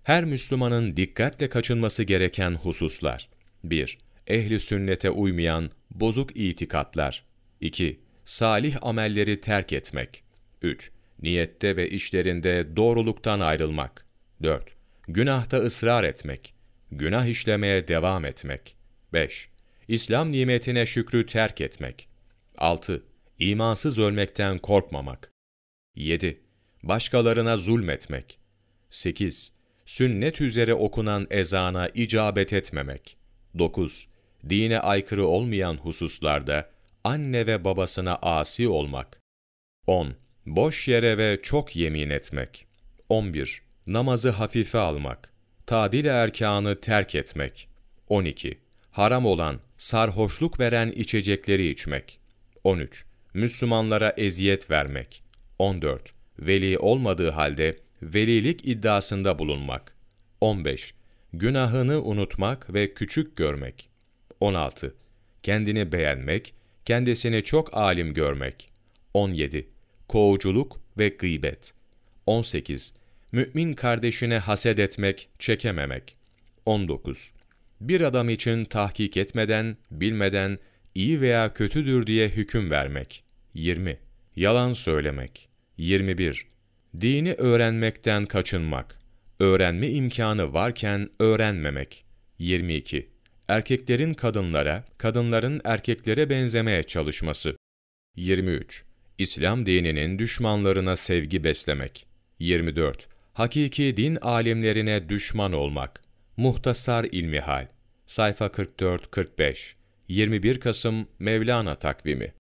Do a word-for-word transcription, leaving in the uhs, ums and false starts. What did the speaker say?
Her Müslümanın dikkatle kaçınması gereken hususlar. bir. Ehli sünnete uymayan bozuk itikatlar. iki. Salih amelleri terk etmek. üç. Niyette ve işlerinde doğruluktan ayrılmak. dört. Günahta ısrar etmek. Günah işlemeye devam etmek. beş. İslam nimetine şükrü terk etmek. altı. İmansız ölmekten korkmamak. yedi. Başkalarına zulmetmek. sekiz. Sünnet üzere okunan ezana icabet etmemek. dokuz. Dine aykırı olmayan hususlarda anne ve babasına asi olmak. on. Boş yere ve çok yemin etmek. on bir. Namazı hafife almak. Tadil erkanı terk etmek. on iki. Haram olan, sarhoşluk veren içecekleri içmek. on üç. Müslümanlara eziyet vermek. on dört. Veli olmadığı halde velilik iddiasında bulunmak. on beş. Günahını unutmak ve küçük görmek. on altı. Kendini beğenmek, kendisini çok alim görmek. on yedi. Kovuculuk ve gıybet. on sekiz. Mümin kardeşine haset etmek, çekememek. on dokuz. Bir adam için tahkik etmeden, bilmeden, iyi veya kötüdür diye hüküm vermek. yirmi. Yalan söylemek. yirmi bir. Dini öğrenmekten kaçınmak. Öğrenme imkanı varken öğrenmemek. yirmi iki. Erkeklerin kadınlara, kadınların erkeklere benzemeye çalışması. yirmi üç. İslam dininin düşmanlarına sevgi beslemek. yirmi dört. Hakiki din alimlerine düşman olmak. Muhtasar İlmihal. Sayfa kırk dört kırk beş. yirmi bir Kasım Mevlana takvimi.